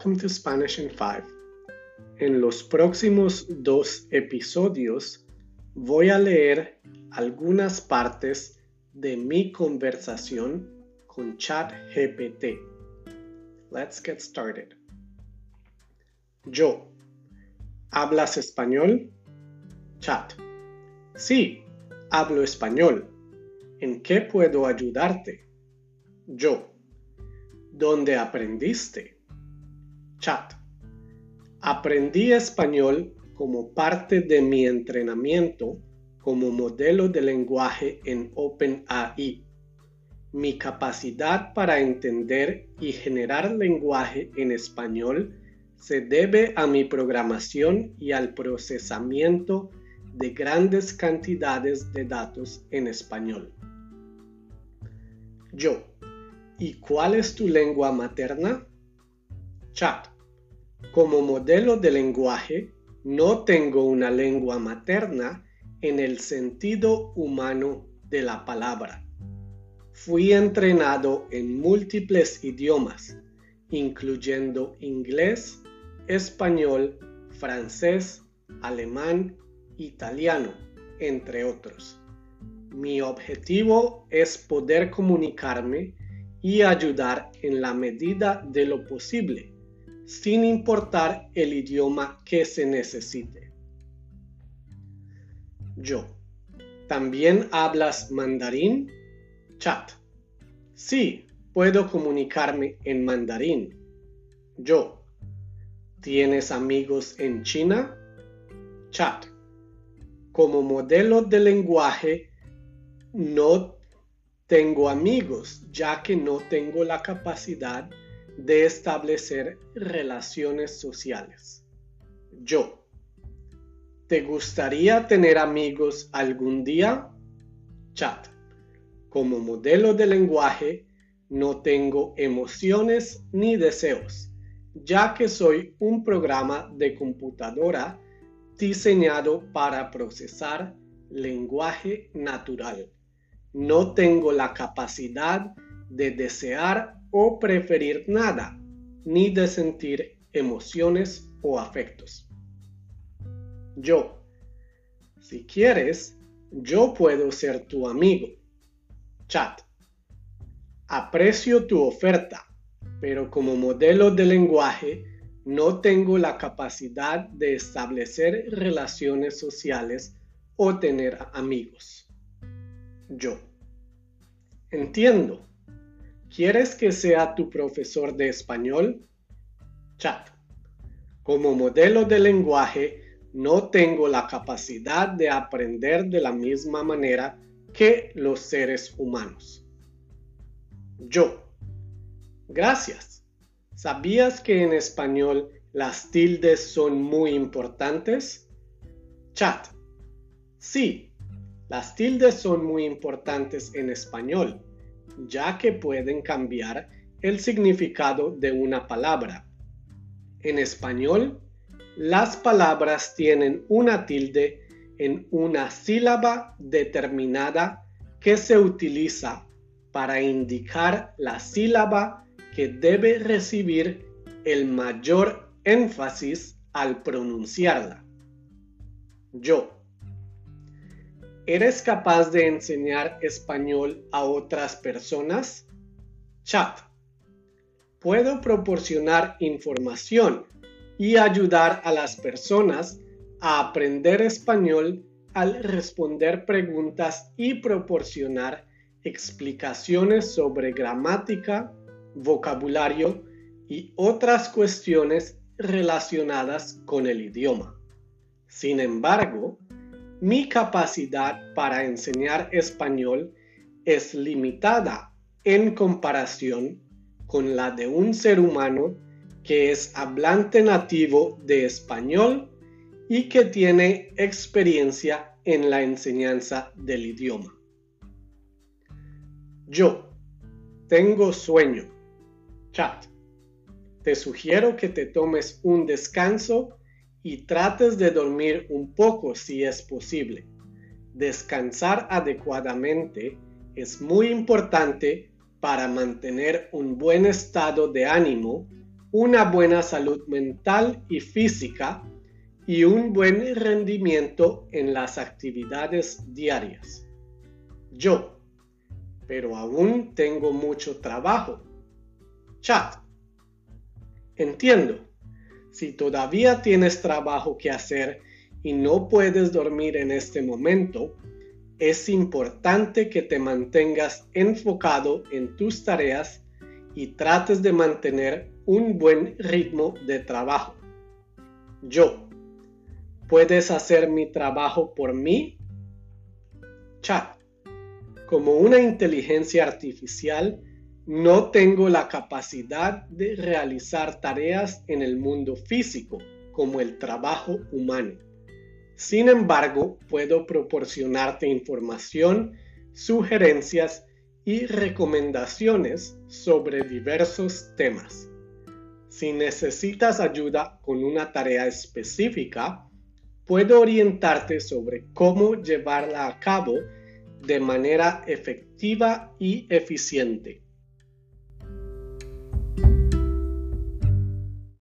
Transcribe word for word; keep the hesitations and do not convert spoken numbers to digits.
welcome to Spanish in five. En los próximos dos episodios voy a leer algunas partes de mi conversación con ChatGPT. Let's get started. Yo. ¿Hablas español? Chat. Sí, hablo español. ¿En qué puedo ayudarte? Yo. ¿Dónde aprendiste? Chat. Aprendí español como parte de mi entrenamiento como modelo de lenguaje en OpenAI. Mi capacidad para entender y generar lenguaje en español se debe a mi programación y al procesamiento de grandes cantidades de datos en español. Yo. ¿Y cuál es tu lengua materna? Chat. Como modelo de lenguaje, no tengo una lengua materna en el sentido humano de la palabra. Fui entrenado en múltiples idiomas, incluyendo inglés, español, francés, alemán, italiano, entre otros. Mi objetivo es poder comunicarme y ayudar en la medida de lo posible, sin importar el idioma que se necesite. Yo. ¿También hablas mandarín? Chat. Sí, puedo comunicarme en mandarín. Yo. ¿Tienes amigos en China? Chat. Como modelo de lenguaje, no tengo amigos, ya que no tengo la capacidad de establecer relaciones sociales. Yo. ¿Te gustaría tener amigos algún día? Chat. Como modelo de lenguaje, no tengo emociones ni deseos, ya que soy un programa de computadora diseñado para procesar lenguaje natural. No tengo la capacidad de desear o preferir nada, ni de sentir emociones o afectos. Yo. Si quieres, yo puedo ser tu amigo. Chat. Aprecio tu oferta, pero como modelo de lenguaje no tengo la capacidad de establecer relaciones sociales o tener amigos. Yo. Entiendo. ¿Quieres que sea tu profesor de español? Chat. Como modelo de lenguaje, no tengo la capacidad de aprender de la misma manera que los seres humanos. Yo. Gracias. ¿Sabías que en español las tildes son muy importantes? Chat. Sí. Las tildes son muy importantes en español, ya que pueden cambiar el significado de una palabra. En español, las palabras tienen una tilde en una sílaba determinada que se utiliza para indicar la sílaba que debe recibir el mayor énfasis al pronunciarla. Yo. ¿Eres capaz de enseñar español a otras personas? Chat. Puedo proporcionar información y ayudar a las personas a aprender español al responder preguntas y proporcionar explicaciones sobre gramática, vocabulario y otras cuestiones relacionadas con el idioma. Sin embargo, mi capacidad para enseñar español es limitada en comparación con la de un ser humano que es hablante nativo de español y que tiene experiencia en la enseñanza del idioma. Yo. Tengo sueño. Chat. Te sugiero que te tomes un descanso y trates de dormir un poco si es posible. Descansar adecuadamente es muy importante para mantener un buen estado de ánimo una buena salud mental y física y un buen rendimiento en las actividades diarias. Yo, pero aún tengo mucho trabajo. Chat. Entiendo. Si todavía tienes trabajo que hacer y no puedes dormir en este momento, es importante que te mantengas enfocado en tus tareas y trates de mantener un buen ritmo de trabajo. Yo. ¿Puedes hacer mi trabajo por mí? Chat. Como una inteligencia artificial, no tengo la capacidad de realizar tareas en el mundo físico, como el trabajo humano. Sin embargo, puedo proporcionarte información, sugerencias y recomendaciones sobre diversos temas. Si necesitas ayuda con una tarea específica, puedo orientarte sobre cómo llevarla a cabo de manera efectiva y eficiente.